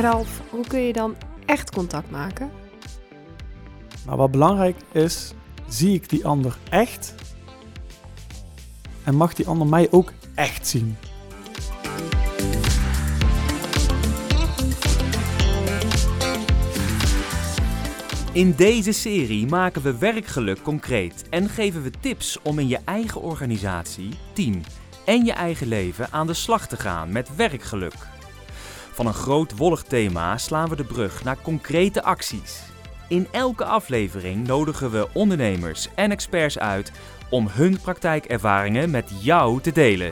Ralf, hoe kun je dan echt contact maken? Maar wat belangrijk is, zie ik die ander echt? En mag die ander mij ook echt zien? In deze serie maken we werkgeluk concreet en geven we tips om in je eigen organisatie, team en je eigen leven aan de slag te gaan met werkgeluk. Van een grootwollig thema slaan we de brug naar concrete acties. In elke aflevering nodigen we ondernemers en experts uit om hun praktijkervaringen met jou te delen.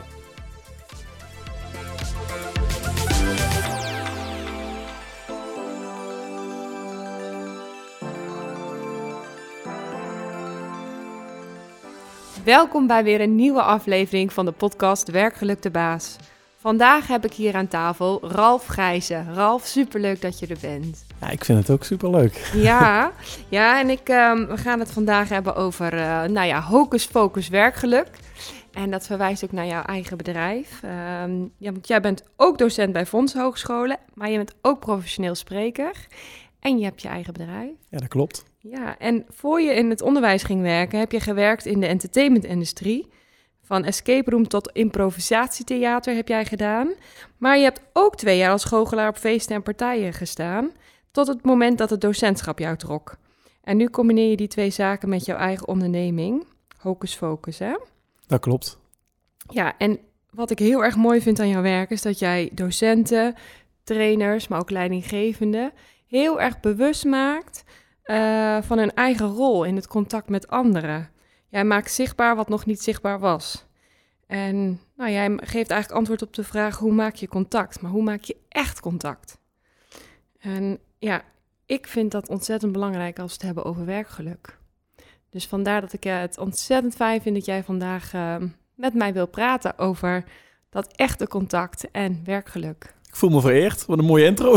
Welkom bij weer een nieuwe aflevering van de podcast Werkgeluk de Baas. Vandaag heb ik hier aan tafel Ralf Gijzen. Ralf, superleuk dat je er bent. Ja, ik vind het ook superleuk. Ja, en we gaan het vandaag hebben over hocus pocus werkgeluk. En dat verwijst ook naar jouw eigen bedrijf. Want jij bent ook docent bij Fonds Hogescholen, maar je bent ook professioneel spreker. En je hebt je eigen bedrijf. Ja, dat klopt. Ja, en voor je in het onderwijs ging werken, heb je gewerkt in de entertainmentindustrie. Van escape room tot improvisatietheater heb jij gedaan. Maar je hebt ook 2 jaar als goochelaar op feesten en partijen gestaan, tot het moment dat het docentschap jou trok. En nu combineer je die 2 zaken met jouw eigen onderneming. Hocus Focus, hè? Dat klopt. Ja, en wat ik heel erg mooi vind aan jouw werk is dat jij docenten, trainers, maar ook leidinggevenden heel erg bewust maakt van hun eigen rol in het contact met anderen. Jij maakt zichtbaar wat nog niet zichtbaar was. En jij geeft eigenlijk antwoord op de vraag, hoe maak je contact? Maar hoe maak je echt contact? En ja, ik vind dat ontzettend belangrijk als we het hebben over werkgeluk. Dus vandaar dat ik het ontzettend fijn vind dat jij vandaag met mij wil praten over dat echte contact en werkgeluk. Ik voel me vereerd. Wat een mooie intro.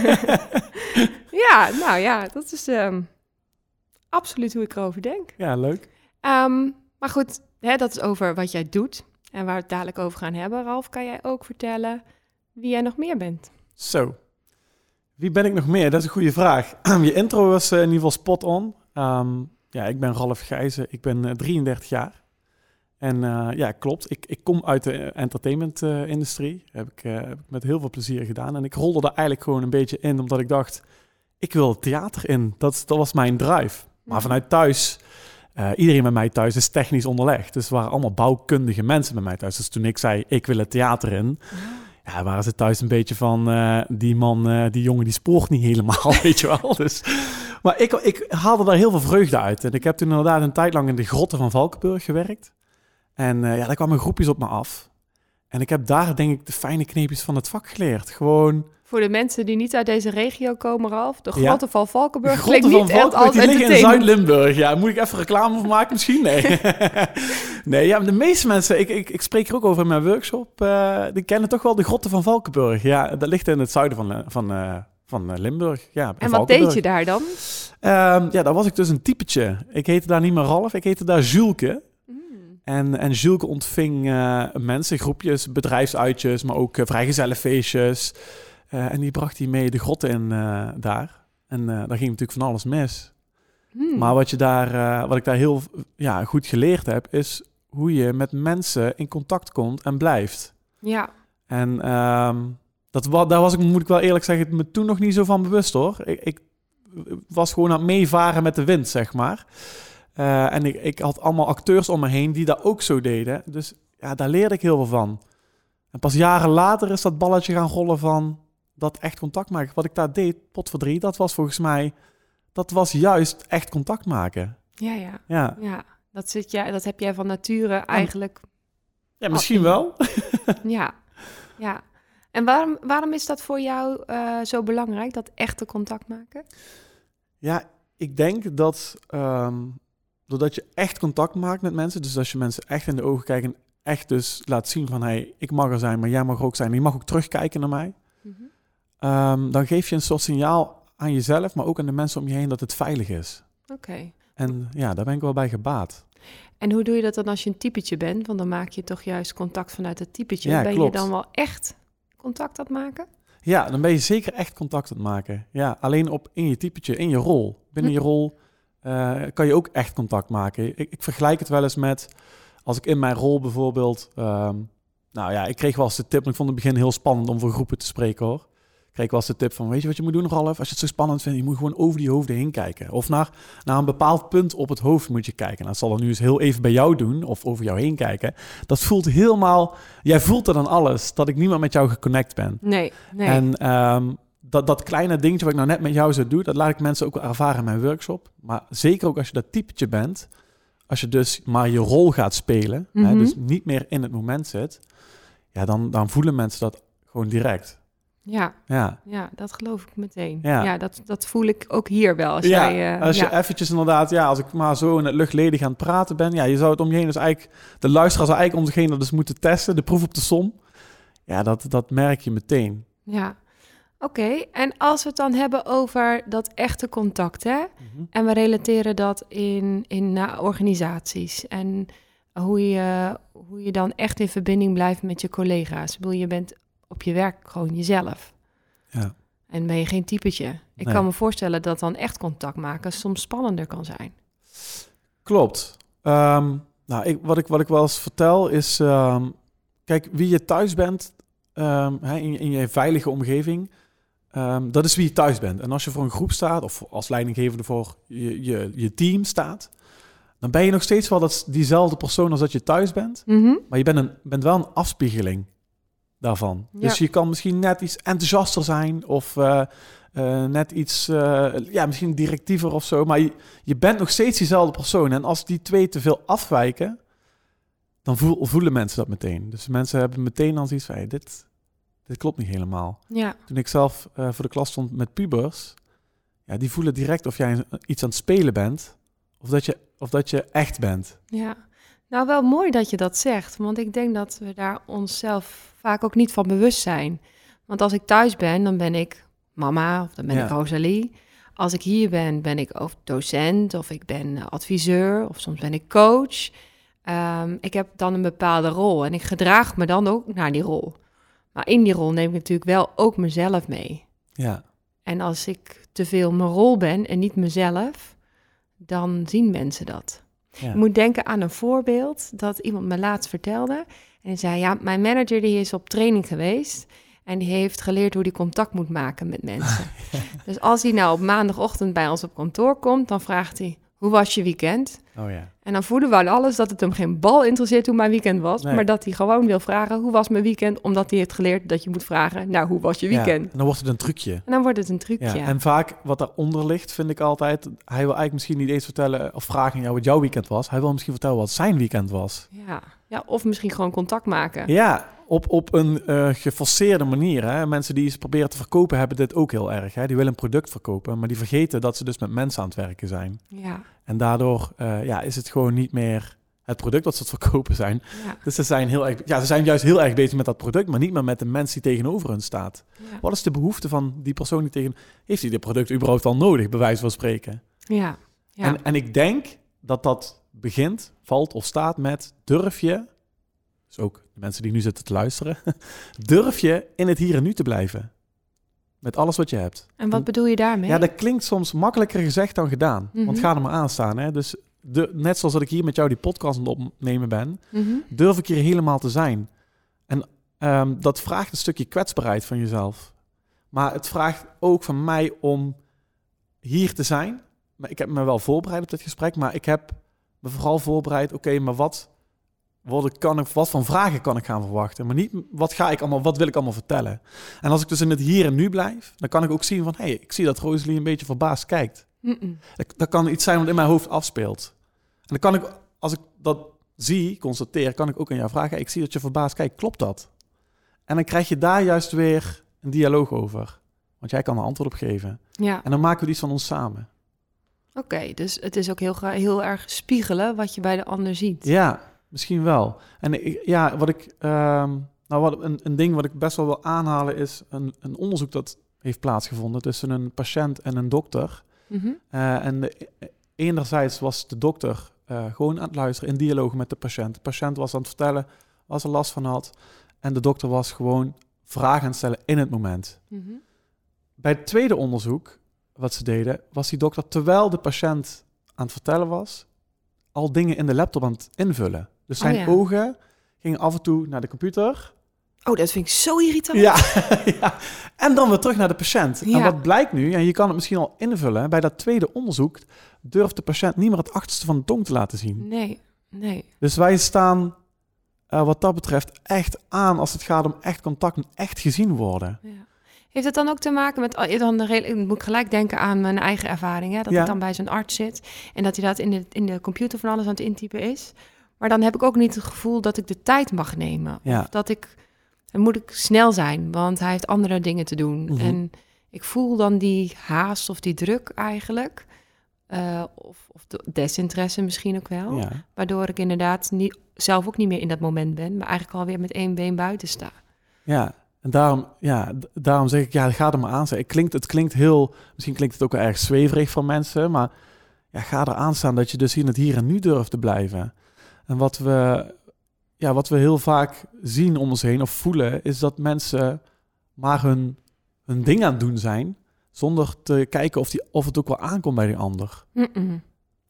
Ja, dat is absoluut hoe ik erover denk. Ja, leuk. Maar goed, dat is over wat jij doet en waar we het dadelijk over gaan hebben. Ralf, kan jij ook vertellen wie jij nog meer bent? Zo, wie ben ik nog meer? Dat is een goede vraag. Je intro was in ieder geval spot on. Ik ben Ralf Gijzen, ik ben 33 jaar. En klopt, ik kom uit de entertainment-industrie. Heb ik met heel veel plezier gedaan. En ik rolde daar eigenlijk gewoon een beetje in, omdat ik dacht, ik wil het theater in. Dat was mijn drive. Maar vanuit thuis, iedereen bij mij thuis is technisch onderlegd. Dus er waren allemaal bouwkundige mensen bij mij thuis. Dus toen ik zei, ik wil het theater in, waren ze thuis een beetje van, die jongen die spoort niet helemaal, weet je wel. Dus, maar ik haalde daar heel veel vreugde uit. En ik heb toen inderdaad een tijd lang in de grotten van Valkenburg gewerkt. En daar kwamen groepjes op me af. En ik heb daar, denk ik, de fijne kneepjes van het vak geleerd. Gewoon... Voor de mensen die niet uit deze regio komen, Ralf, de grotten van Valkenburg klinkt niet echt als die liggen in entertainment. Zuid-Limburg. Ja, moet ik even reclame voor maken misschien? Nee. Nee, de meeste mensen, ik spreek er ook over in mijn workshop, die kennen toch wel de grotten van Valkenburg. Ja, dat ligt in het zuiden van Limburg. Ja, en wat deed je daar dan? Daar was ik dus een typetje. Ik heette daar niet meer Ralf, ik heette daar Julke. En Julke ontving mensen, groepjes, bedrijfsuitjes, maar ook vrijgezellenfeestjes. En die bracht hij mee de grot in daar. En daar ging natuurlijk van alles mis. Maar wat ik daar heel goed geleerd heb, is hoe je met mensen in contact komt en blijft. Ja. En daar was ik, moet ik wel eerlijk zeggen, me toen nog niet zo van bewust hoor. Ik was gewoon aan het meevaren met de wind, zeg maar. En ik had allemaal acteurs om me heen die dat ook zo deden. Dus ja, daar leerde ik heel veel van. En pas jaren later is dat balletje gaan rollen van dat echt contact maken. Wat ik daar deed, potverdrie, dat was volgens mij, dat was juist echt contact maken. Ja. Dat heb jij van nature eigenlijk. Ja, misschien wel. Ja. En waarom is dat voor jou zo belangrijk, dat echte contact maken? Ja, ik denk dat doordat je echt contact maakt met mensen, dus als je mensen echt in de ogen kijkt en echt dus laat zien van, hey, ik mag er zijn, maar jij mag er ook zijn. En je mag ook terugkijken naar mij. Dan geef je een soort signaal aan jezelf, maar ook aan de mensen om je heen dat het veilig is. Oké. En ja, daar ben ik wel bij gebaat. En hoe doe je dat dan als je een typetje bent? Want dan maak je toch juist contact vanuit het typetje. Ja, ben klopt. je dan wel echt contact aan het maken? Ja, dan ben je zeker echt contact aan het maken. Ja, alleen in je typetje, in je rol. Binnen je rol kan je ook echt contact maken. Ik vergelijk het wel eens met, als ik in mijn rol bijvoorbeeld... ik kreeg wel eens de tip, maar ik vond het begin heel spannend om voor groepen te spreken, hoor. Ik kreeg wel eens de tip van, weet je wat je moet doen, Ralf? Als je het zo spannend vindt, je moet gewoon over die hoofden heen kijken. Of naar een bepaald punt op het hoofd moet je kijken. Nou, dat zal er nu eens heel even bij jou doen, of over jou heen kijken. Dat voelt helemaal... Jij voelt er dan alles, dat ik niet meer met jou geconnect ben. Nee. En dat kleine dingetje wat ik nou net met jou zo doe, dat laat ik mensen ook wel ervaren in mijn workshop. Maar zeker ook als je dat typetje bent, als je dus maar je rol gaat spelen, hè, dus niet meer in het moment zit, ja, dan voelen mensen dat gewoon direct. Ja, dat geloof ik meteen. Ja, dat voel ik ook hier wel. Als je eventjes inderdaad, als ik maar zo in het luchtledig aan het praten ben, je zou het om je heen, dus eigenlijk, de luisteraar zou eigenlijk om zich heen dat dus moeten testen, de proef op de som. Ja, dat merk je meteen. Ja, oké. En als we het dan hebben over dat echte contact, hè? En we relateren dat in organisaties en hoe je dan echt in verbinding blijft met je collega's. Ik bedoel, je bent op je werk gewoon jezelf. Ja. En ben je geen typetje. Ik kan me voorstellen dat dan echt contact maken soms spannender kan zijn. Klopt. Wat ik wel eens vertel is... kijk, wie je thuis bent in je veilige omgeving... dat is wie je thuis bent. En als je voor een groep staat... of als leidinggevende voor je team staat... dan ben je nog steeds wel diezelfde persoon als dat je thuis bent. Maar je bent wel een afspiegeling daarvan. Ja. Dus je kan misschien net iets enthousiaster zijn of net iets, misschien directiever of zo. Maar je bent nog steeds diezelfde persoon. En als die twee te veel afwijken, dan voelen mensen dat meteen. Dus mensen hebben meteen al zoiets van, hey, dit klopt niet helemaal. Ja. Toen ik zelf voor de klas stond met pubers, die voelen direct of jij iets aan het spelen bent of dat je echt bent. Ja. Nou, wel mooi dat je dat zegt, want ik denk dat we daar onszelf vaak ook niet van bewust zijn. Want als ik thuis ben, dan ben ik mama of dan ben ik Rosalie. Als ik hier ben, ben ik ook docent of ik ben adviseur of soms ben ik coach. Ik heb dan een bepaalde rol en ik gedraag me dan ook naar die rol. Maar in die rol neem ik natuurlijk wel ook mezelf mee. Ja. En als ik te veel mijn rol ben en niet mezelf, dan zien mensen dat. Ja. Je moet denken aan een voorbeeld dat iemand me laatst vertelde. En hij zei, mijn manager die is op training geweest en die heeft geleerd hoe hij contact moet maken met mensen. Dus als hij nou op maandagochtend bij ons op kantoor komt, dan vraagt hij, hoe was je weekend? Oh ja. En dan voelen we aan alles dat het hem geen bal interesseert hoe mijn weekend was, maar dat hij gewoon wil vragen, hoe was mijn weekend? Omdat hij heeft geleerd dat je moet vragen, nou, hoe was je weekend? Ja, en dan wordt het een trucje. En dan wordt het een trucje. Ja. En vaak wat daaronder ligt, vind ik altijd, hij wil eigenlijk misschien niet eens vertellen of vragen aan jou wat jouw weekend was. Hij wil misschien vertellen wat zijn weekend was. Ja, of misschien gewoon contact maken. Ja, op een geforceerde manier. Hè. Mensen die iets proberen te verkopen hebben dit ook heel erg. Hè. Die willen een product verkopen, maar die vergeten dat ze dus met mensen aan het werken zijn. Ja. En daardoor is het gewoon niet meer het product dat ze het verkopen zijn. Ja. Dus ze zijn juist heel erg bezig met dat product, maar niet meer met de mens die tegenover hun staat. Ja. Wat is de behoefte van die persoon die heeft hij dit product überhaupt al nodig, bij wijze van spreken? Ja. En ik denk dat begint, valt of staat met durf je, dus ook de mensen die nu zitten te luisteren, durf je in het hier en nu te blijven. Met alles wat je hebt. En wat bedoel je daarmee? Ja, dat klinkt soms makkelijker gezegd dan gedaan. Want ga er maar aan staan. Hè? Dus net zoals dat ik hier met jou die podcast aan het opnemen ben, durf ik hier helemaal te zijn. En dat vraagt een stukje kwetsbaarheid van jezelf. Maar het vraagt ook van mij om hier te zijn. Maar ik heb me wel voorbereid op dit gesprek, maar ik heb me vooral voorbereid, oké, maar wat van vragen kan ik gaan verwachten? Maar niet, wat wil ik allemaal vertellen? En als ik dus in het hier en nu blijf, dan kan ik ook zien van, hey, ik zie dat Rosalie een beetje verbaasd kijkt. Dat kan iets zijn wat in mijn hoofd afspeelt. En dan kan ik, als ik dat constateer, kan ik ook aan jou vragen, hey, ik zie dat je verbaasd kijkt, klopt dat? En dan krijg je daar juist weer een dialoog over. Want jij kan er antwoord op geven. Ja. En dan maken we iets van ons samen. Oké, dus het is ook heel erg spiegelen wat je bij de ander ziet. Ja, misschien wel. En een ding wat ik best wel wil aanhalen is een onderzoek dat heeft plaatsgevonden tussen een patiënt en een dokter. Enerzijds was de dokter gewoon aan het luisteren in dialoog met de patiënt. De patiënt was aan het vertellen waar ze last van had. En de dokter was gewoon vragen aan het stellen in het moment. Mhm. Bij het tweede onderzoek, wat ze deden, was die dokter, terwijl de patiënt aan het vertellen was, al dingen in de laptop aan het invullen. Dus zijn ogen gingen af en toe naar de computer. Oh, dat vind ik zo irritant. Ja, ja. En dan weer terug naar de patiënt. Ja. En wat blijkt nu, en je kan het misschien al invullen, bij dat tweede onderzoek durft de patiënt niet meer het achterste van de tong te laten zien. Nee. Dus wij staan wat dat betreft echt aan als het gaat om echt contact en echt gezien worden. Ja. Heeft het dan ook te maken met, ik moet gelijk denken aan mijn eigen ervaring, hè? Dat ik dan bij zo'n arts zit en dat hij dat in de computer van alles aan het intypen is. Maar dan heb ik ook niet het gevoel dat ik de tijd mag nemen. Ja. Of dan moet ik snel zijn, want hij heeft andere dingen te doen. Mm-hmm. En ik voel dan die haast of die druk eigenlijk. Of de desinteresse misschien ook wel. Ja. Waardoor ik inderdaad zelf ook niet meer in dat moment ben, maar eigenlijk alweer met 1 been buiten sta. Ja, en daarom zeg ik, ga er maar aan. Het klinkt heel, misschien klinkt het ook wel erg zweverig van mensen, maar ga er aan staan dat je dus in het hier en nu durft te blijven. En wat we heel vaak zien om ons heen of voelen, is dat mensen maar hun ding aan het doen zijn, zonder te kijken of het ook wel aankomt bij die ander. Mm-mm.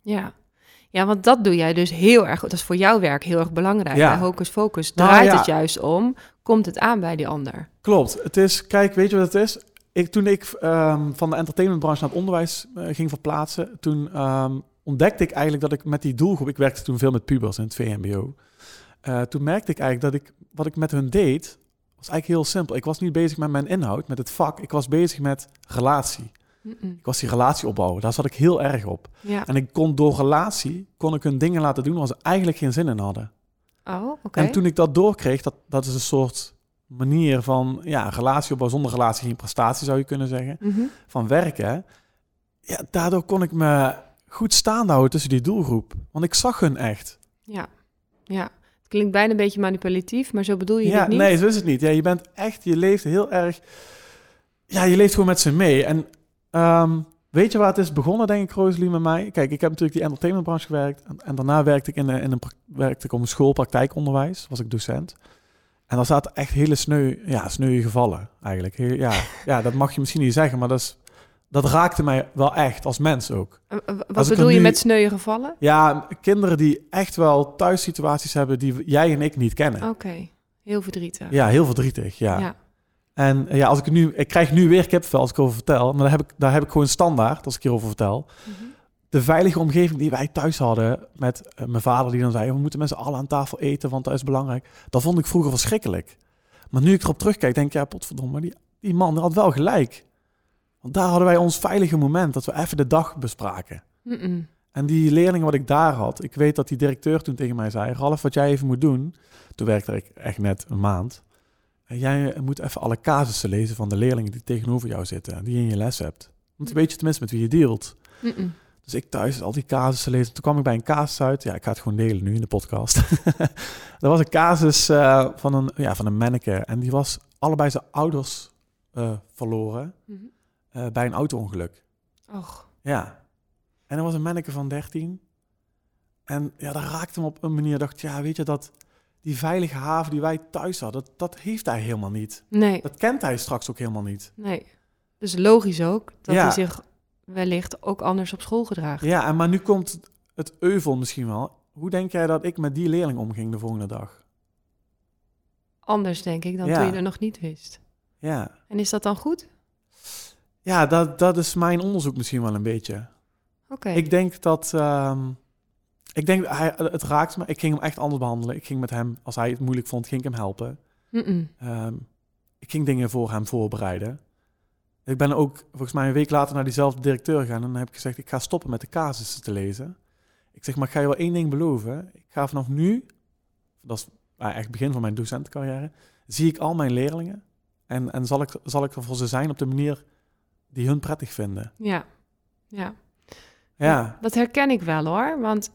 Ja, want dat doe jij dus heel erg, dat is voor jouw werk heel erg belangrijk. Ja. Bij Hocus Pocus draait het juist om, komt het aan bij die ander. Klopt. Het is, kijk, weet je wat het is? Toen ik van de entertainmentbranche naar het onderwijs ging verplaatsen, toen ontdekte ik eigenlijk dat ik met die doelgroep, ik werkte toen veel met pubers in het VMBO, toen merkte ik eigenlijk dat wat ik met hun deed, was eigenlijk heel simpel. Ik was niet bezig met mijn inhoud, met het vak. Ik was bezig met relatie. Mm-mm. Ik was die relatie opbouwen. Daar zat ik heel erg op. Ja. En ik kon door relatie, hun dingen laten doen waar ze eigenlijk geen zin in hadden. Oh, oké. En toen ik dat doorkreeg, dat is een soort manier van, relatie opbouwen zonder relatie, geen prestatie zou je kunnen zeggen, Mm-hmm. van werken. Ja, daardoor kon ik me goed staande houden tussen die doelgroep. Want ik zag hun echt. Ja. Het klinkt bijna een beetje manipulatief, maar zo bedoel je het niet? Nee, zo is het niet. Ja, je bent echt, je leeft heel erg, je leeft gewoon met ze mee. En weet je waar het is begonnen, denk ik, Rosalie, met mij? Kijk, ik heb natuurlijk die entertainmentbranche gewerkt. En daarna werkte ik werkte ik op een school, praktijkonderwijs, was ik docent. En daar zaten echt hele sneu gevallen, eigenlijk. Dat mag je misschien niet zeggen, maar dat raakte mij wel echt, als mens ook. Wat bedoel je met sneuwe gevallen? Ja, kinderen die echt wel thuissituaties hebben die jij en ik niet kennen. Oké, heel verdrietig. Ja, heel verdrietig, ja. En ik krijg nu weer kipvel als ik over vertel, maar daar heb ik gewoon standaard, als ik hierover vertel. Mm-hmm. De veilige omgeving die wij thuis hadden met mijn vader die dan zei, we moeten met z'n allen aan tafel eten, want dat is belangrijk. Dat vond ik vroeger verschrikkelijk. Maar nu ik erop terugkijk, denk ik, potverdomme, die man had wel gelijk. Want daar hadden wij ons veilige moment, dat we even de dag bespraken. Mm-mm. En die leerling wat ik daar had, ik weet dat die directeur toen tegen mij zei, Ralf, wat jij even moet doen, toen werkte ik echt net een maand, jij moet even alle casussen lezen van de leerlingen die tegenover jou zitten, die je in je les hebt. Want weet je tenminste met wie je dealt. Mm-mm. Dus ik thuis al die casussen lezen. Toen kwam ik bij een casus uit. Ja, ik ga het gewoon delen nu in de podcast. Er was een casus van een manneke. En die was allebei zijn ouders verloren Mm-hmm. bij een auto-ongeluk. Och. Ja. En er was een manneke van 13. En dat raakte hem op een manier. Dacht, weet je, dat die veilige haven die wij thuis hadden, dat heeft hij helemaal niet. Nee. Dat kent hij straks ook helemaal niet. Nee. Dus logisch ook dat hij zich wellicht ook anders op school gedraagt. Ja, maar nu komt het euvel misschien wel. Hoe denk jij dat ik met die leerling omging de volgende dag? Anders, denk ik, dan toen je er nog niet wist. Ja. En is dat dan goed? Ja, dat is mijn onderzoek misschien wel een beetje. Oké. Ik denk dat... het raakt me. Ik ging hem echt anders behandelen. Ik ging met hem, als hij het moeilijk vond, ging ik hem helpen. Mm-mm. Ik ging dingen voor hem voorbereiden. Ik ben ook volgens mij een week later naar diezelfde directeur gegaan. En dan heb ik gezegd, ik ga stoppen met de casussen te lezen. Ik zeg, maar ik ga je wel één ding beloven. Ik ga vanaf nu, dat is echt het begin van mijn docentencarrière, zie ik al mijn leerlingen. En zal ik er voor ze zijn op de manier die hun prettig vinden. Ja, dat herken ik wel hoor. Want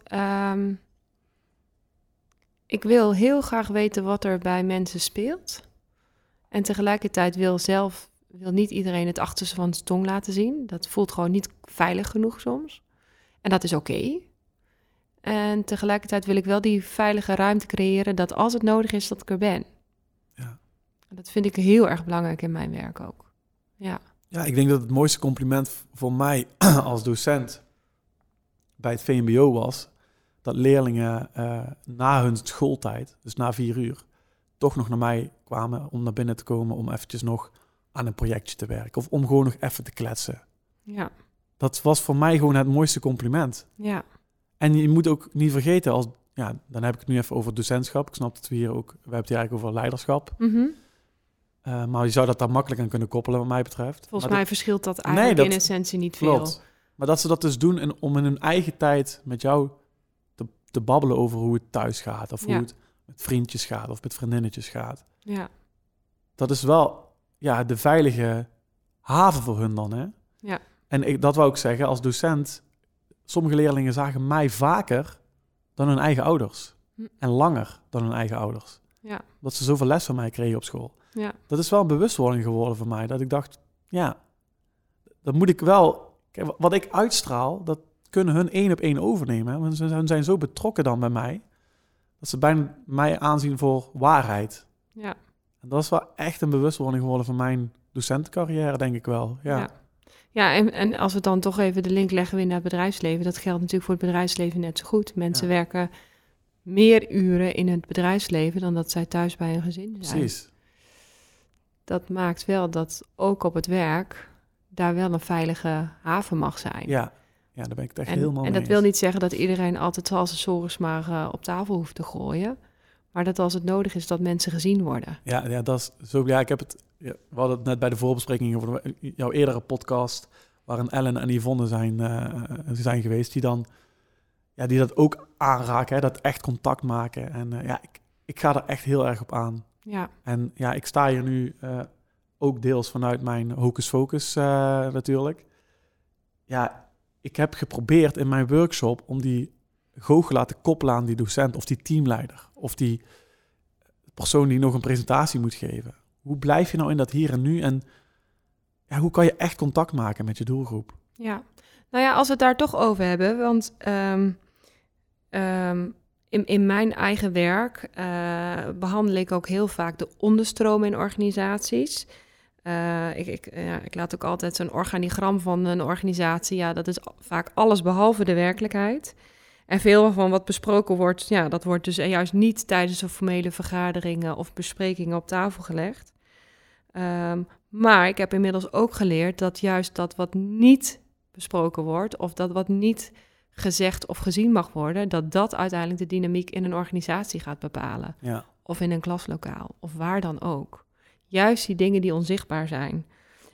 ik wil heel graag weten wat er bij mensen speelt. En tegelijkertijd wil niet iedereen het achterste van de tong laten zien. Dat voelt gewoon niet veilig genoeg soms. En dat is oké. En tegelijkertijd wil ik wel die veilige ruimte creëren dat als het nodig is, dat ik er ben. Ja. Dat vind ik heel erg belangrijk in mijn werk ook. Ja. Ja, ik denk dat het mooiste compliment voor mij als docent bij het VMBO was dat leerlingen na hun schooltijd, dus na 4 uur, toch nog naar mij kwamen om naar binnen te komen om eventjes nog aan een projectje te werken of om gewoon nog even te kletsen. Ja. Dat was voor mij gewoon het mooiste compliment. Ja. En je moet ook niet vergeten, dan heb ik het nu even over docentschap. Ik snap dat we hebben het hier eigenlijk over leiderschap. Mm-hmm. Maar je zou dat daar makkelijk aan kunnen koppelen, wat mij betreft. Volgens mij verschilt dat eigenlijk in essentie niet klopt. veel. Maar dat ze dat dus doen om in hun eigen tijd met jou te babbelen over hoe het thuis gaat. Of hoe het met vriendjes gaat of met vriendinnetjes gaat. Ja. Dat is wel de veilige haven voor hun dan, hè? Ja. En dat wou ik zeggen, als docent, sommige leerlingen zagen mij vaker dan hun eigen ouders. En langer dan hun eigen ouders. Ja. Dat ze zoveel les van mij kregen op school. Ja. Dat is wel een bewustwording geworden voor mij. Dat ik dacht, dat moet ik wel... Kijk, wat ik uitstraal, dat kunnen hun 1 op 1 overnemen. Want ze zijn zo betrokken dan bij mij, dat ze bijna mij aanzien voor waarheid. Ja. En dat is wel echt een bewustwording geworden van mijn docentencarrière, denk ik wel. Ja, en als we dan toch even de link leggen weer naar het bedrijfsleven, dat geldt natuurlijk voor het bedrijfsleven net zo goed. Mensen werken meer uren in het bedrijfsleven dan dat zij thuis bij hun gezin zijn. Precies. Dat maakt wel dat ook op het werk daar wel een veilige haven mag zijn. Ja, daar ben ik het echt helemaal mee En dat eens. wil niet zeggen dat iedereen altijd zijn accessoires maar op tafel hoeft te gooien. Maar dat als het nodig is, dat mensen gezien worden. Ja, dat is zo. Ja, ik heb het. We hadden het net bij de voorbespreking over jouw eerdere podcast, waarin Ellen en Yvonne zijn geweest, die dat ook aanraken, hè, dat echt contact maken. En ik ga er echt heel erg op aan. Ja. En ik sta hier nu ook deels vanuit mijn hocus focus natuurlijk. Ja, ik heb geprobeerd in mijn workshop om die goochelaar te koppelen aan die docent of die teamleider of die persoon die nog een presentatie moet geven. Hoe blijf je nou in dat hier en nu en hoe kan je echt contact maken met je doelgroep? Ja, nou ja, als we het daar toch over hebben, want in mijn eigen werk behandel ik ook heel vaak de onderstroom in organisaties. Ik laat ook altijd zo'n organigram van een organisatie. Ja, dat is vaak alles behalve de werkelijkheid. En veel van wat besproken wordt, dat wordt dus juist niet tijdens de formele vergaderingen of besprekingen op tafel gelegd. Maar ik heb inmiddels ook geleerd dat juist dat wat niet besproken wordt, of dat wat niet gezegd of gezien mag worden, dat uiteindelijk de dynamiek in een organisatie gaat bepalen. Ja. Of in een klaslokaal, of waar dan ook. Juist die dingen die onzichtbaar zijn.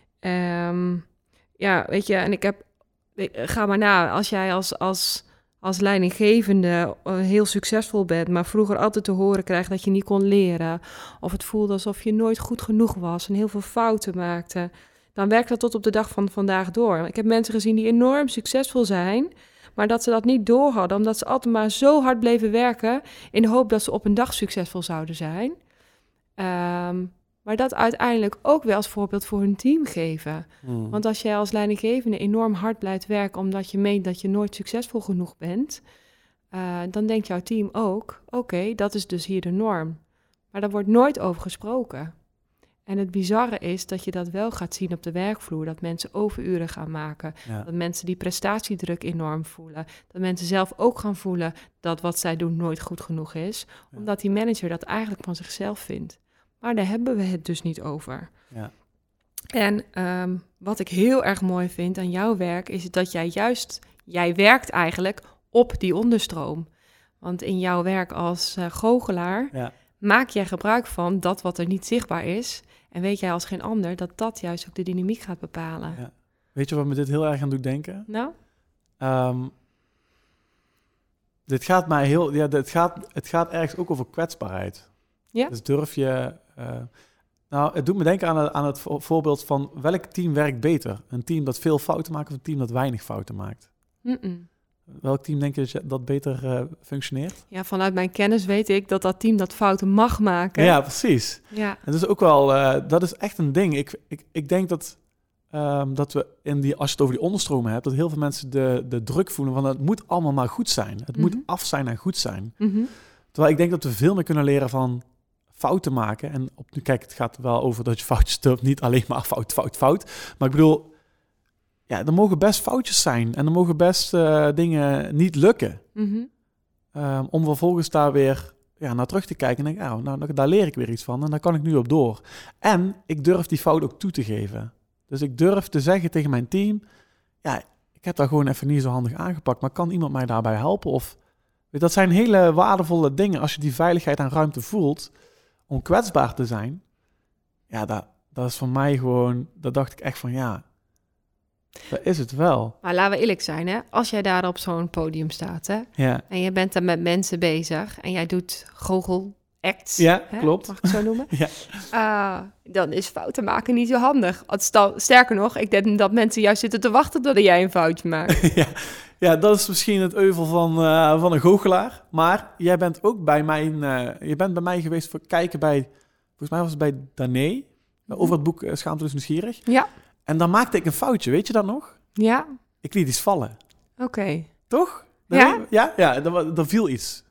Weet je, en ga maar na, als jij als leidinggevende heel succesvol bent, maar vroeger altijd te horen krijgt dat je niet kon leren, of het voelde alsof je nooit goed genoeg was en heel veel fouten maakte, dan werkt dat tot op de dag van vandaag door. Ik heb mensen gezien die enorm succesvol zijn, maar dat ze dat niet door hadden, omdat ze altijd maar zo hard bleven werken in de hoop dat ze op een dag succesvol zouden zijn. Maar dat uiteindelijk ook wel als voorbeeld voor hun team geven. Want als jij als leidinggevende enorm hard blijft werken omdat je meent dat je nooit succesvol genoeg bent, dan denkt jouw team ook, oké, dat is dus hier de norm. Maar daar wordt nooit over gesproken. En het bizarre is dat je dat wel gaat zien op de werkvloer, dat mensen overuren gaan maken, dat mensen die prestatiedruk enorm voelen, dat mensen zelf ook gaan voelen dat wat zij doen nooit goed genoeg is, omdat die manager dat eigenlijk van zichzelf vindt. Maar daar hebben we het dus niet over. Ja. En wat ik heel erg mooi vind aan jouw werk is dat jij werkt eigenlijk op die onderstroom. Want in jouw werk als goochelaar maak jij gebruik van dat wat er niet zichtbaar is. En weet jij als geen ander dat juist ook de dynamiek gaat bepalen. Ja. Weet je wat me dit heel erg aan doet denken? Nou? Dit gaat mij heel... Ja, het gaat ergens ook over kwetsbaarheid. Ja? Dus durf je... het doet me denken aan het voorbeeld van welk team werkt beter? Een team dat veel fouten maakt of een team dat weinig fouten maakt? Welk team denk je dat beter functioneert? Ja, vanuit mijn kennis weet ik dat team dat fouten mag maken. Ja, precies. Ja. En dat is ook wel... dat is echt een ding. Ik denk dat we als je het over die onderstromen hebt, dat heel veel mensen de druk voelen van het moet allemaal maar goed zijn. Het moet af zijn en goed zijn. Mm-hmm. Terwijl ik denk dat we veel meer kunnen leren van fouten maken. En kijk, het gaat wel over dat je foutjes durft. Niet alleen maar fout. Maar ik bedoel, ja, er mogen best foutjes zijn. En er mogen best dingen niet lukken. Om vervolgens daar weer naar terug te kijken. En denk, nou, daar leer ik weer iets van. En daar kan ik nu op door. En ik durf die fout ook toe te geven. Dus ik durf te zeggen tegen mijn team, ja, ik heb daar gewoon even niet zo handig aangepakt. Maar kan iemand mij daarbij helpen? Of dat zijn hele waardevolle dingen als je die veiligheid en ruimte voelt om kwetsbaar te zijn. Ja, dat is voor mij gewoon, dat dacht ik echt van ja, dat is het wel. Maar laten we eerlijk zijn, hè? Als jij daar op zo'n podium staat, hè? Ja. En je bent daar met mensen bezig en jij doet goochelacts. Ja, hè? klopt. Mag ik het zo noemen? Ja. Dan is fouten maken niet zo handig. Sterker nog, ik denk dat mensen juist zitten te wachten tot jij een foutje maakt. Ja, dat is misschien het euvel van een goochelaar. Maar jij bent ook bij mij geweest voor kijken bij, volgens mij was het bij Dané, over het boek Schaamteloos Nieuwsgierig. Ja. En dan maakte ik een foutje, weet je dat nog? Ja. Ik liet iets vallen. Oké. Toch? Ja? Ja, er viel iets.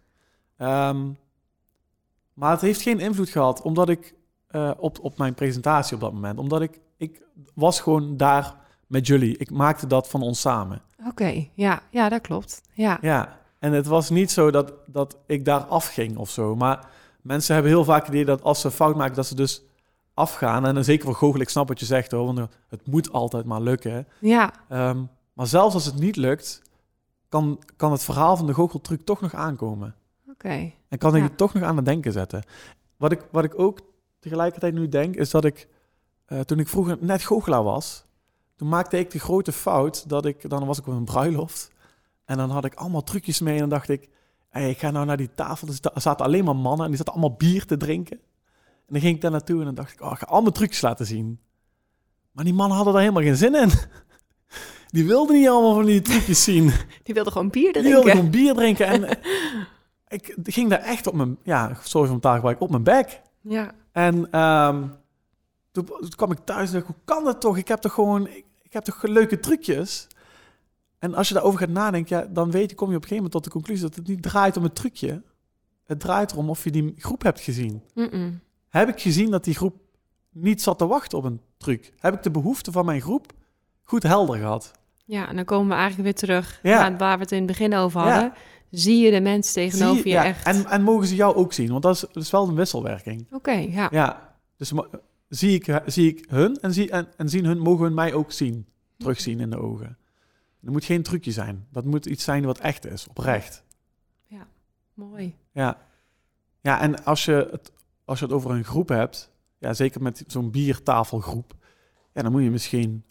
Maar het heeft geen invloed gehad, omdat ik op mijn presentatie op dat moment, omdat ik was gewoon daar met jullie. Ik maakte dat van ons samen. Oké, ja, dat klopt. Ja, en het was niet zo dat ik daar afging of zo. Maar mensen hebben heel vaak het idee dat als ze fout maken, dat ze dus afgaan. En dan zeker voor goochel, ik snap wat je zegt hoor, want het moet altijd maar lukken. Ja. Maar zelfs als het niet lukt, kan het verhaal van de goocheltruc toch nog aankomen. Oké. En kan ik je toch nog aan het denken zetten. Wat ik ook tegelijkertijd nu denk, is dat ik, toen ik vroeger net goochelaar was, toen maakte ik de grote fout dat dan was ik op een bruiloft. En dan had ik allemaal trucjes mee en dan dacht ik, hey, ik ga nou naar die tafel. Er zaten alleen maar mannen en die zaten allemaal bier te drinken. En dan ging ik daar naartoe en dan dacht ik, ik ga allemaal trucjes laten zien. Maar die mannen hadden daar helemaal geen zin in. Die wilden niet allemaal van die trucjes zien. Die wilden gewoon bier drinken. Die wilden gewoon bier drinken. En ik ging daar echt op mijn, sorry voor mijn taalgebruik, op mijn bek. Ja. En toen kwam ik thuis en dacht, hoe kan dat toch? Ik heb toch leuke trucjes? En als je daarover gaat nadenken, dan kom je op een gegeven moment tot de conclusie dat het niet draait om het trucje. Het draait erom of je die groep hebt gezien. Mm-mm. Heb ik gezien dat die groep niet zat te wachten op een truc? Heb ik de behoeften van mijn groep goed helder gehad? Ja, en dan komen we eigenlijk weer terug Ja. naar waar we het in het begin over hadden. Ja. Zie je de mensen tegenover je echt? En mogen ze jou ook zien? Want dat is wel een wisselwerking. Oké, ja. Ja, dus zie ik hun en zien hun, mogen hun mij ook zien. Terugzien in de ogen. Er moet geen trucje zijn. Dat moet iets zijn wat echt is, oprecht. Ja, mooi. Ja, en als je het over een groep hebt, ja, zeker met zo'n biertafelgroep, ja, dan moet je misschien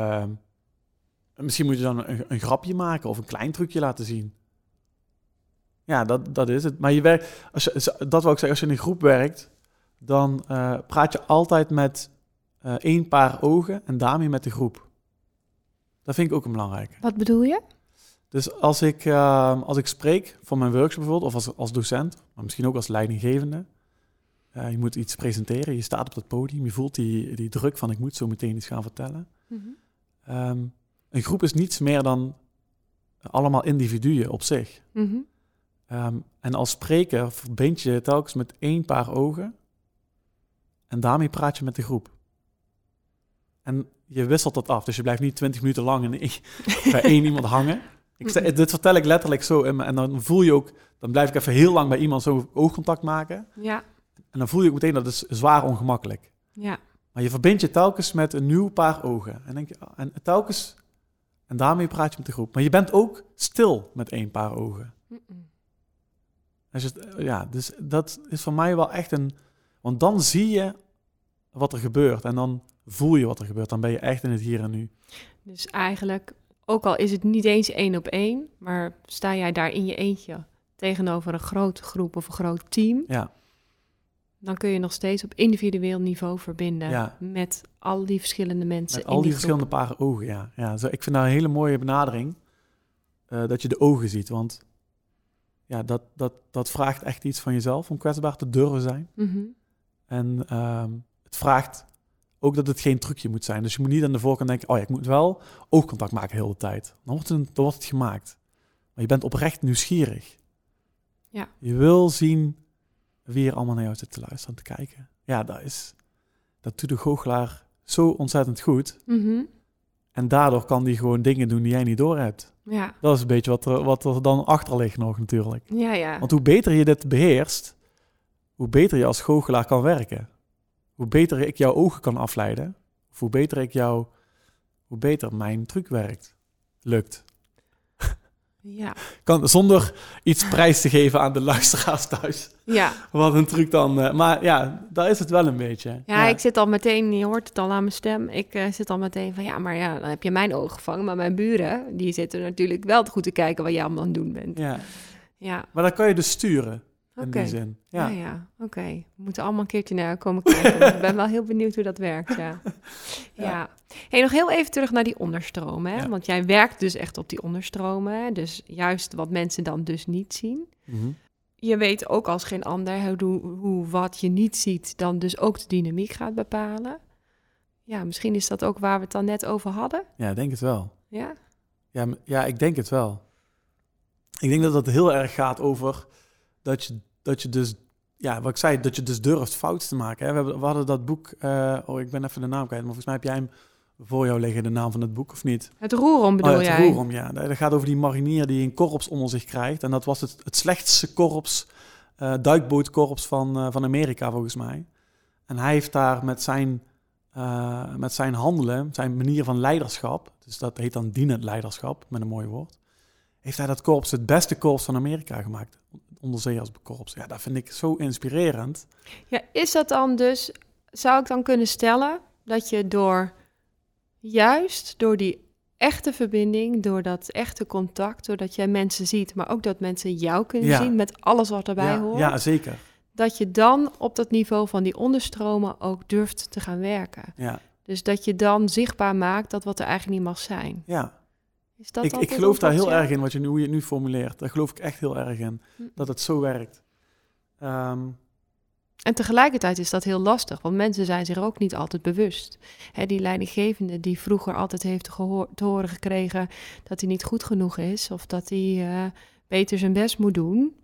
moet je dan een grapje maken of een klein trucje laten zien. Ja, dat is het. Maar je werkt, dat wou ik zeggen, als je in een groep werkt, dan praat je altijd met 1 paar ogen en daarmee met de groep. Dat vind ik ook een belangrijke. Wat bedoel je? Dus als ik spreek voor mijn workshop bijvoorbeeld, of als docent, maar misschien ook als leidinggevende, je moet iets presenteren, je staat op dat podium, je voelt die druk van ik moet zo meteen iets gaan vertellen. Mm-hmm. Een groep is niets meer dan allemaal individuen op zich. Mm-hmm. En als spreker verbind je telkens met 1 paar ogen en daarmee praat je met de groep. En je wisselt dat af, dus je blijft niet 20 minuten lang bij 1 iemand hangen. Dit vertel ik letterlijk zo en dan voel je ook, dan blijf ik even heel lang bij iemand zo oogcontact maken. Ja. En dan voel je ook meteen dat is zwaar ongemakkelijk. Ja. Maar je verbindt je telkens met een nieuw paar ogen. En denk je, en daarmee praat je met de groep. Maar je bent ook stil met 1 paar ogen. Dus dat is voor mij wel echt want dan zie je wat er gebeurt. En dan voel je wat er gebeurt. Dan ben je echt in het hier en nu. Dus eigenlijk, ook al is het niet eens 1 op 1, maar sta jij daar in je eentje tegenover een grote groep of een groot team, ja, dan kun je nog steeds op individueel niveau verbinden met al die verschillende mensen. Met al die verschillende paren ogen, ja. Ik vind dat een hele mooie benadering, dat je de ogen ziet. Want ja, dat vraagt echt iets van jezelf om kwetsbaar te durven zijn. Mm-hmm. En het vraagt ook dat het geen trucje moet zijn. Dus je moet niet aan de voorkant denken, ik moet wel oogcontact maken de hele tijd. Dan wordt het gemaakt. Maar je bent oprecht nieuwsgierig. Ja. Je wil zien wie er allemaal naar jou zit te luisteren en te kijken. Ja, dat doet de goochelaar zo ontzettend goed. Mhm. En daardoor kan die gewoon dingen doen die jij niet doorhebt. Ja. Dat is een beetje wat er dan achter ligt nog natuurlijk. Ja. Want hoe beter je dit beheerst, hoe beter je als goochelaar kan werken. Hoe beter ik jouw ogen kan afleiden, of hoe beter mijn truc lukt. Ja. Zonder iets prijs te geven aan de luisteraars thuis. Ja. Wat een truc dan. Maar ja, daar is het wel een beetje. Ja, ik zit al meteen, je hoort het al aan mijn stem. Ik zit al meteen van, dan heb je mijn ogen gevangen. Maar mijn buren, die zitten natuurlijk wel goed te kijken wat jij allemaal aan het doen bent. Ja. Maar dan kan je dus sturen, in die zin. Ja. Oké. We moeten allemaal een keertje naar komen kijken. Ik ben wel heel benieuwd hoe dat werkt, ja. Hey, nog heel even terug naar die onderstromen. Hè? Ja. Want jij werkt dus echt op die onderstromen. Hè? Dus juist wat mensen dan dus niet zien. Mm-hmm. Je weet ook als geen ander hoe wat je niet ziet dan dus ook de dynamiek gaat bepalen. Ja, misschien is dat ook waar we het dan net over hadden. Ja, ik denk het wel. Ja? Ja, ik denk het wel. Ik denk dat het heel erg gaat over dat je dus, ja, wat ik zei, dat je dus durft fouten te maken. Hè? We hadden dat boek, ik ben even de naam kwijt, maar volgens mij heb jij hem voor jou liggen, de naam van het boek, of niet? Het roerom bedoel jij? Het roerom, ja. Dat gaat over die marinier die een korps onder zich krijgt. En dat was het slechtste korps, duikbootkorps van Amerika, volgens mij. En hij heeft daar met zijn handelen, zijn manier van leiderschap, dus dat heet dan dienend leiderschap, met een mooi woord, heeft hij dat korps het beste korps van Amerika gemaakt. Onderzeeërskorps. Ja, dat vind ik zo inspirerend. Ja, is dat dan dus, zou ik dan kunnen stellen, dat je juist door die echte verbinding, door dat echte contact, doordat jij mensen ziet, maar ook dat mensen jou kunnen zien met alles wat erbij hoort. Ja, zeker. Dat je dan op dat niveau van die onderstromen ook durft te gaan werken. Ja. Dus dat je dan zichtbaar maakt dat wat er eigenlijk niet mag zijn. Ja. Is dat ik geloof daar heel erg in, hoe je het nu formuleert. Daar geloof ik echt heel erg in, dat het zo werkt. En tegelijkertijd is dat heel lastig, want mensen zijn zich er ook niet altijd bewust. Die leidinggevende die vroeger altijd heeft te horen gekregen dat hij niet goed genoeg is, of dat hij beter zijn best moet doen,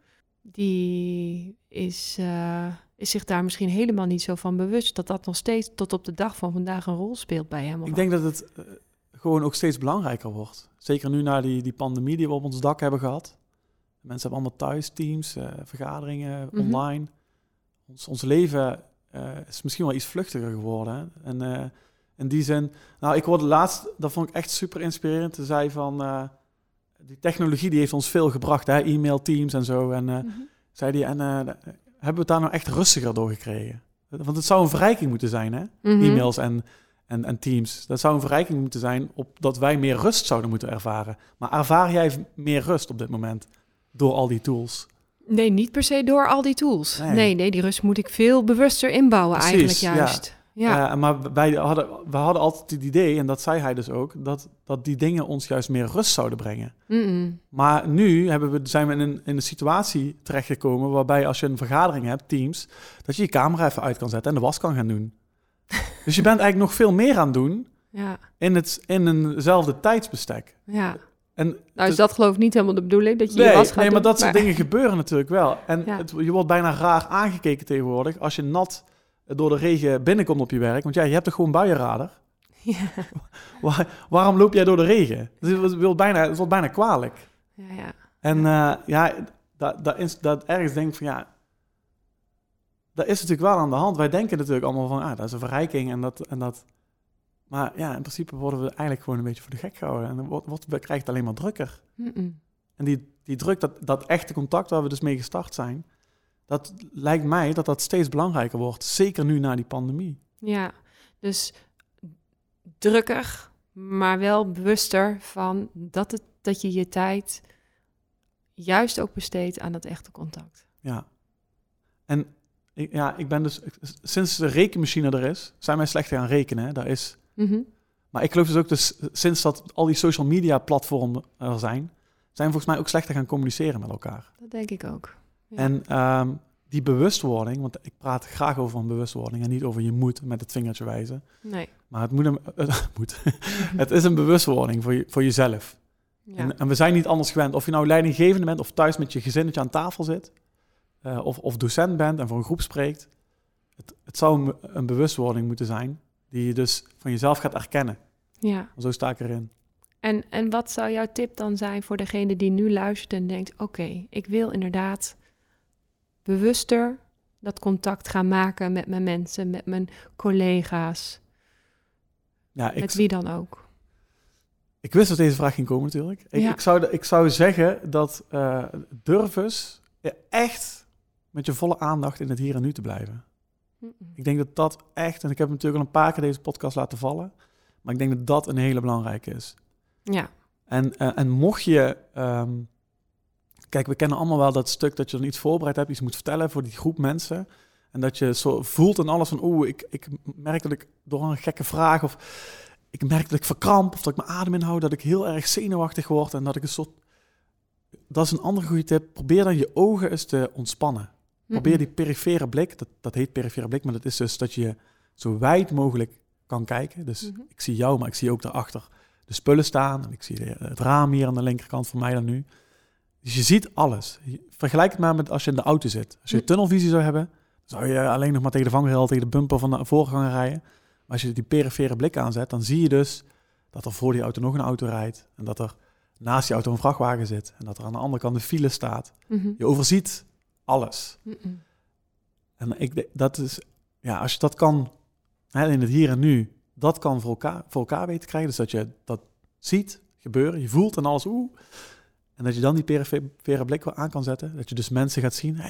die is zich daar misschien helemaal niet zo van bewust, dat dat nog steeds tot op de dag van vandaag een rol speelt bij hem. Ik denk dat het gewoon ook steeds belangrijker wordt. Zeker nu na die pandemie die we op ons dak hebben gehad. Mensen hebben allemaal thuis teams, vergaderingen, online. Ons leven is misschien wel iets vluchtiger geworden. Hè? En in die zin, ik hoorde laatst, dat vond ik echt super inspirerend. Ze zei van, die technologie die heeft ons veel gebracht, hè? E-mail, teams en zo. En zei die, hebben we het daar nou echt rustiger door gekregen? Want het zou een verrijking moeten zijn, hè? E-mails en teams. Dat zou een verrijking moeten zijn op dat wij meer rust zouden moeten ervaren. Maar ervaar jij meer rust op dit moment door al die tools? Nee, niet per se door al die tools. Nee, die rust moet ik veel bewuster inbouwen. Precies, eigenlijk juist. Ja. Maar we hadden altijd het idee, en dat zei hij dus ook, dat die dingen ons juist meer rust zouden brengen. Maar nu zijn we in een situatie terechtgekomen waarbij als je een vergadering hebt, teams, dat je camera even uit kan zetten en de was kan gaan doen. Dus je bent eigenlijk nog veel meer aan het doen in eenzelfde tijdsbestek. Ja. En dus dat geloof ik niet helemaal de bedoeling, dat je je was gaat doen. Nee, maar dat soort dingen gebeuren natuurlijk wel. En je wordt bijna raar aangekeken tegenwoordig als je nat door de regen binnenkomt op je werk. Want je hebt toch gewoon buienradar? Ja. Waarom loop jij door de regen? Het wordt bijna kwalijk. Ja. En dat ergens denk ik van dat is natuurlijk wel aan de hand. Wij denken natuurlijk allemaal van, dat is een verrijking en dat. Maar ja, in principe worden we eigenlijk gewoon een beetje voor de gek gehouden. En dan krijgt het alleen maar drukker. En die druk, dat echte contact waar we dus mee gestart zijn, dat lijkt mij dat steeds belangrijker wordt. Zeker nu na die pandemie. Ja, dus drukker, maar wel bewuster van dat je je tijd juist ook besteedt aan dat echte contact. Ja. En ik ben dus, sinds de rekenmachine er is, zijn wij slechter gaan rekenen. Hè? Dat is... Maar ik geloof dus ook, sinds dat al die social media platformen er zijn we volgens mij ook slechter gaan communiceren met elkaar. Dat denk ik ook. Ja. En die bewustwording, want ik praat graag over een bewustwording en niet over je moet met het vingertje wijzen. Nee. Maar het is een bewustwording voor jezelf. Ja. En we zijn niet anders gewend. Of je nou leidinggevende bent of thuis met je gezinnetje aan tafel zit. of docent bent en voor een groep spreekt, het zou een bewustwording moeten zijn die je dus van jezelf gaat erkennen. Ja. Zo sta ik erin. En wat zou jouw tip dan zijn voor degene die nu luistert en denkt, oké, ik wil inderdaad bewuster dat contact gaan maken met mijn mensen, met mijn collega's, met wie dan ook? Ik wist dat deze vraag ging komen natuurlijk. Ik zou zeggen dat durf eens echt met je volle aandacht in het hier en nu te blijven. Ik denk dat dat echt, en ik heb natuurlijk al een paar keer deze podcast laten vallen, maar ik denk dat dat een hele belangrijke is. Ja. En mocht je, kijk, we kennen allemaal wel dat stuk dat je dan iets voorbereid hebt, iets moet vertellen voor die groep mensen. En dat je zo voelt en alles van, ik merk dat ik door een gekke vraag of ik merk dat ik verkramp of dat ik mijn adem inhoud, dat ik heel erg zenuwachtig word en dat ik een soort... Dat is een andere goede tip. Probeer dan je ogen eens te ontspannen. Probeer die perifere blik, dat heet perifere blik, maar dat is dus dat je zo wijd mogelijk kan kijken. Dus ik zie jou, maar ik zie ook daarachter de spullen staan. En ik zie het raam hier aan de linkerkant van mij dan nu. Dus je ziet alles. Vergelijk het maar met als je in de auto zit. Als je tunnelvisie zou hebben, zou je alleen nog maar tegen de vangrail, tegen de bumper van de voorganger rijden. Maar als je die perifere blik aanzet, dan zie je dus dat er voor die auto nog een auto rijdt. En dat er naast die auto een vrachtwagen zit. En dat er aan de andere kant de file staat. Je overziet alles. En dat is, ja, als je dat kan, in het hier en nu, dat kan voor elkaar weten krijgen. Dus dat je dat ziet gebeuren, je voelt en alles, En dat je dan die perifere blik wel aan kan zetten. Dat je dus mensen gaat zien,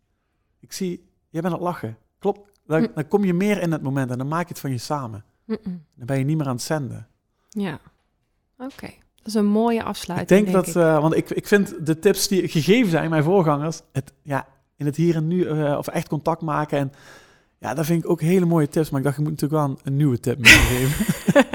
ik zie, jij bent aan het lachen. Klopt. Dan kom je meer in het moment en dan maak je het van je samen. Dan ben je niet meer aan het zenden. Ja, oké. Dat is een mooie afsluiting, denk dat, want ik vind de tips die gegeven zijn, mijn voorgangers, in het hier en nu, of echt contact maken. En ja, dat vind ik ook hele mooie tips. Maar ik dacht, ik moet natuurlijk wel een nieuwe tip meegeven.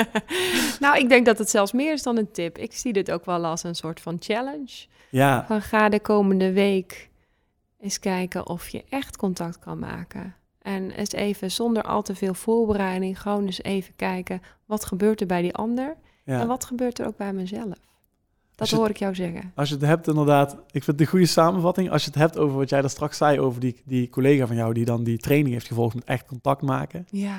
Nou, ik denk dat het zelfs meer is dan een tip. Ik zie dit ook wel als een soort van challenge. Ja. Van ga de komende week eens kijken of je echt contact kan maken. En eens even zonder al te veel voorbereiding, gewoon eens even kijken, wat gebeurt er bij die ander? Ja. En wat gebeurt er ook bij mezelf? Dat hoor ik jou zeggen. Als je het hebt inderdaad, ik vind het een goede samenvatting. Als je het hebt over wat jij daar straks zei, over die collega van jou die dan die training heeft gevolgd met echt contact maken. Ja.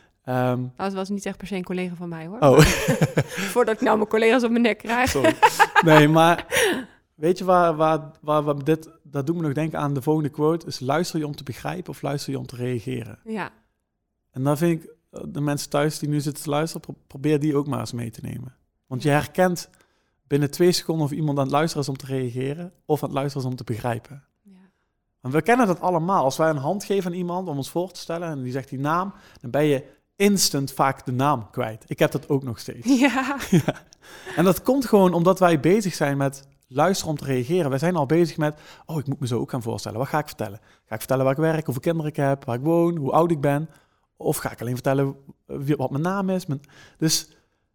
Dat was niet echt per se een collega van mij hoor. Oh. Voordat ik nou mijn collega's op mijn nek krijg. Sorry. Nee, maar weet je waar dit, dat doet me nog denken aan de volgende quote, is luister je om te begrijpen of luister je om te reageren? Ja. En dan vind ik, de mensen thuis die nu zitten te luisteren, probeer die ook maar eens mee te nemen. Want je herkent binnen 2 seconden of iemand aan het luisteren is om te reageren of aan het luisteren is om te begrijpen. Ja. Want we kennen dat allemaal. Als wij een hand geven aan iemand om ons voor te stellen en die zegt die naam, dan ben je instant vaak de naam kwijt. Ik heb dat ook nog steeds. Ja. Ja. En dat komt gewoon omdat wij bezig zijn met luisteren om te reageren. Wij zijn al bezig met, ik moet me zo ook gaan voorstellen. Wat ga ik vertellen? Ga ik vertellen waar ik werk, hoeveel kinderen ik heb, waar ik woon, hoe oud ik ben? Of ga ik alleen vertellen wat mijn naam is? Dus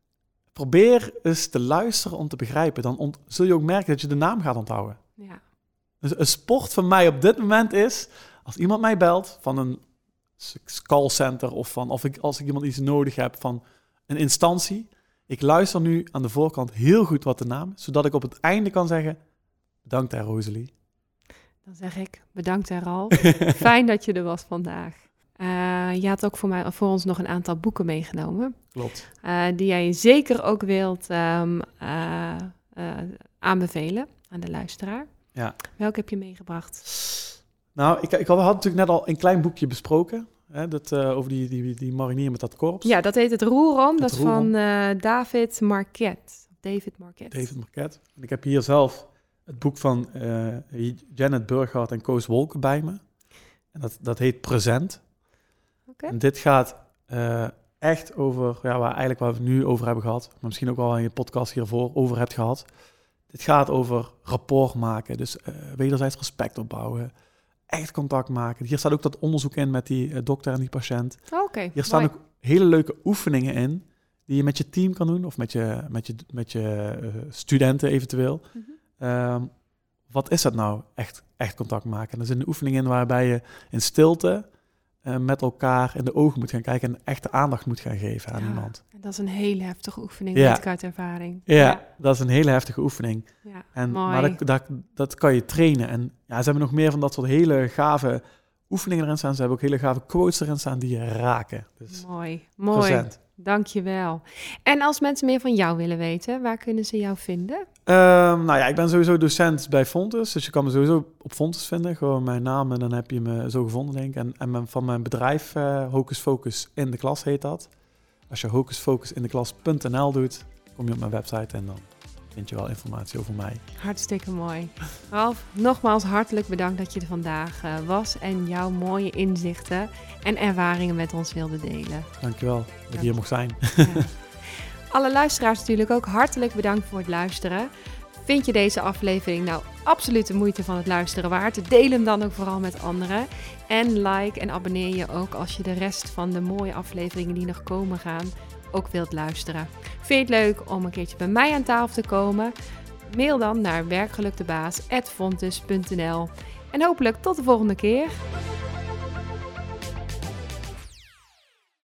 probeer eens te luisteren om te begrijpen. Dan zul je ook merken dat je de naam gaat onthouden. Ja. Dus een sport van mij op dit moment is, als iemand mij belt van een callcenter of als ik iemand iets nodig heb van een instantie, ik luister nu aan de voorkant heel goed wat de naam is, zodat ik op het einde kan zeggen, bedankt hè Rosalie. Dan zeg ik, bedankt hè Ralf. Fijn dat je er was vandaag. Je had ook voor ons nog een aantal boeken meegenomen. Klopt. Die jij zeker ook wilt aanbevelen aan de luisteraar. Ja. Welke heb je meegebracht? Nou, ik had natuurlijk net al een klein boekje besproken. Hè, over die marinier met dat korps. Ja, dat heet Het Roerom. Dat is van David Marquette. David Marquette. En ik heb hier zelf het boek van Janet Burghardt en Koos Wolken bij me. En dat heet Present. Okay. En dit gaat echt over, waar we het nu over hebben gehad, maar misschien ook wel in je podcast hiervoor over hebt gehad. Dit gaat over rapport maken, dus wederzijds respect opbouwen, echt contact maken. Hier staat ook dat onderzoek in met die dokter en die patiënt. Okay, hier staan ook hele leuke oefeningen in, die je met je team kan doen, of met je studenten eventueel. Mm-hmm. Wat is dat nou, echt contact maken? Er zit een oefening in waarbij je in stilte met elkaar in de ogen moet gaan kijken en echte aandacht moet gaan geven aan iemand. Dat is een hele heftige oefening, Ja. weet ik uit ervaring. Ja, dat is een hele heftige oefening. Ja, mooi. Maar dat kan je trainen. En ja, ze hebben nog meer van dat soort hele gave oefeningen erin staan. Ze hebben ook hele gave quotes erin staan die je raken. Dus Mooi. present. Dankjewel. En als mensen meer van jou willen weten, waar kunnen ze jou vinden? Ik ben sowieso docent bij Fontes. Dus je kan me sowieso op Fontes vinden. Gewoon mijn naam en dan heb je me zo gevonden, denk ik. En van mijn bedrijf, Hocus Focus in de klas heet dat. Als je hocusfocusindeklas.nl doet, kom je op mijn website en dan vind je wel informatie over mij. Hartstikke mooi. Ralf, nogmaals hartelijk bedankt dat je er vandaag was en jouw mooie inzichten en ervaringen met ons wilde delen. Dankjewel dat ik hier mocht zijn. Ja. Alle luisteraars natuurlijk ook hartelijk bedankt voor het luisteren. Vind je deze aflevering nou absoluut de moeite van het luisteren waard? Deel hem dan ook vooral met anderen. En like en abonneer je ook als je de rest van de mooie afleveringen die nog komen gaan ook wilt luisteren. Vind je het leuk om een keertje bij mij aan tafel te komen? Mail dan naar werkgelukdebaas@fontes.nl. En hopelijk tot de volgende keer.